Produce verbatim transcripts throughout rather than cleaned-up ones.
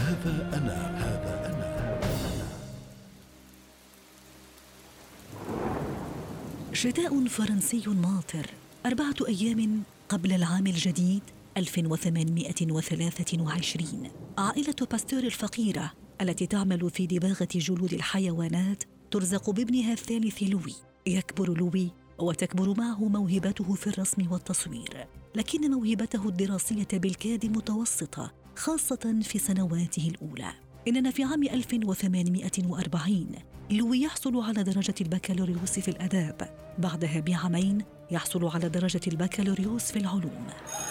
هذا أنا هذا أنا شتاء فرنسي ماطر، أربعة أيام قبل العام الجديد ألف وثمانمائة وثلاثة وعشرين. عائلة باستور الفقيرة التي تعمل في دباغة جلود الحيوانات ترزق بابنها الثالث لوي. يكبر لوي وتكبر معه موهبته في الرسم والتصوير، لكن موهبته الدراسية بالكاد متوسطة، خاصة في سنواته الأولى. إننا في عام ألف وثمانمائة وأربعين لوي يحصل على درجة البكالوريوس في الآداب، بعدها بعامين يحصل على درجة البكالوريوس في العلوم.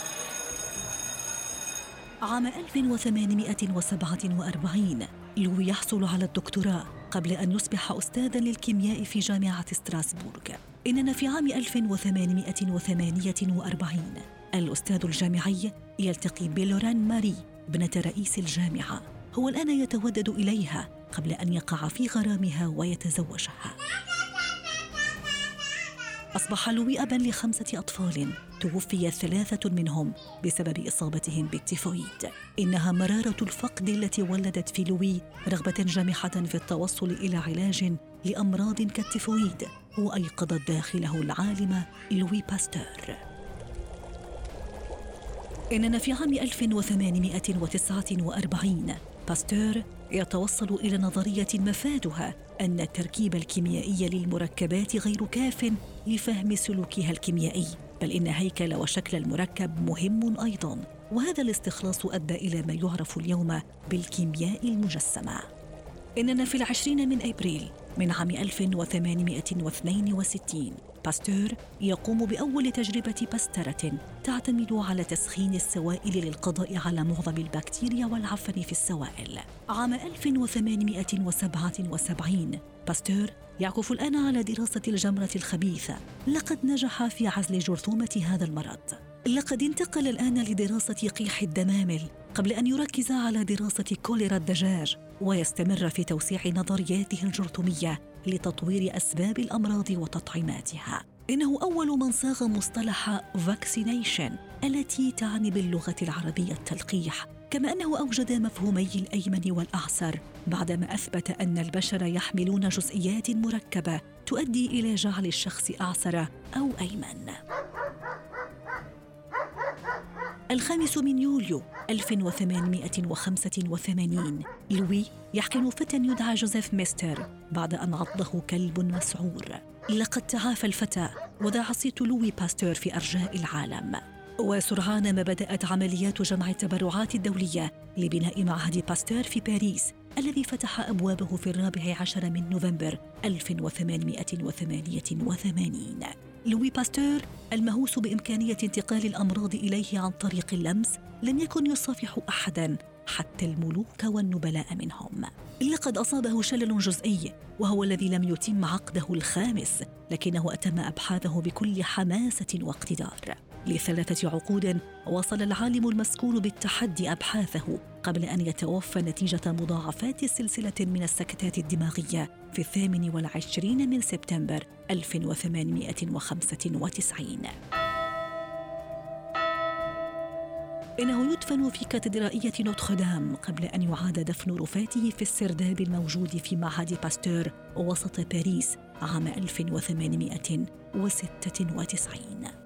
عام ألف وثمانمائة وسبعة وأربعين لوي يحصل على الدكتوراه قبل أن يصبح أستاذاً للكيمياء في جامعة ستراسبورغ. إننا في عام ألف وثمانمائة وثمانية وأربعين الأستاذ الجامعي يلتقي بلوران ماري ابنة رئيس الجامعة. هو الآن يتودد إليها قبل أن يقع في غرامها ويتزوجها. أصبح لوي أباً لخمسة أطفال، توفي ثلاثة منهم بسبب إصابتهم بالتيفويد. إنها مرارة الفقد التي ولدت في لوي رغبة جامحة في التوصل إلى علاج لأمراض كالتيفويد، وأيقظت داخله العالم لوي باستور. إننا في عام ألف وثمانمائة وتسعة وأربعين باستور يتوصل إلى نظرية مفادها أن التركيب الكيميائي للمركبات غير كاف لفهم سلوكها الكيميائي، بل إن هيكل وشكل المركب مهم أيضاً، وهذا الاستخلاص أدى إلى ما يعرف اليوم بالكيمياء المجسمة. إننا في العشرين من أبريل من عام ألف وثمانمائة واثنين وستين باستور يقوم بأول تجربة باسترة تعتمد على تسخين السوائل للقضاء على معظم البكتيريا والعفن في السوائل. عام ألف وثمانمائة وسبعة وسبعين باستور يعكف الآن على دراسة الجمرة الخبيثة. لقد نجح في عزل جرثومة هذا المرض. لقد انتقل الآن لدراسة قيح الدمامل قبل أن يركز على دراسة كوليرا الدجاج، ويستمر في توسيع نظرياته الجرثومية لتطوير أسباب الأمراض وتطعيماتها. إنه أول من صاغ مصطلح vaccination التي تعني باللغة العربية التلقيح، كما أنه أوجد مفهومي الأيمن والأعسر بعدما أثبت أن البشر يحملون جزئيات مركبة تؤدي إلى جعل الشخص أعسر أو أيمن. الخامس من يوليو ألف وثمانمائة وخمسة وثمانين لوي يحقن فتى يدعى جوزيف ميستر بعد أن عضه كلب مسعور. لقد تعافى الفتى وذاع صيت لوي باستور في أرجاء العالم، وسرعان ما بدأت عمليات جمع التبرعات الدولية لبناء معهد باستور في باريس الذي فتح أبوابه في الرابع عشر من نوفمبر ألف وثمانمائة وثمانية وثمانين. لوي باستور المهووس بإمكانية انتقال الأمراض إليه عن طريق اللمس لم يكن يصافح أحداً حتى الملوك والنبلاء منهم. لقد أصابه شلل جزئي وهو الذي لم يتم عقده الخامس، لكنه أتم أبحاثه بكل حماسة واقتدار. لثلاثة عقود وصل العالم المسكون بالتحدي أبحاثه قبل أن يتوفى نتيجة مضاعفات سلسلة من السكتات الدماغية في الثامن والعشرين من سبتمبر ألف وثمانمائة وخمسة وتسعين. إنه يدفن في كاتدرائية نوتردام قبل أن يعاد دفن رفاته في السرداب الموجود في معهد باستور وسط باريس عام ألف وثمانمائة وستة وتسعين.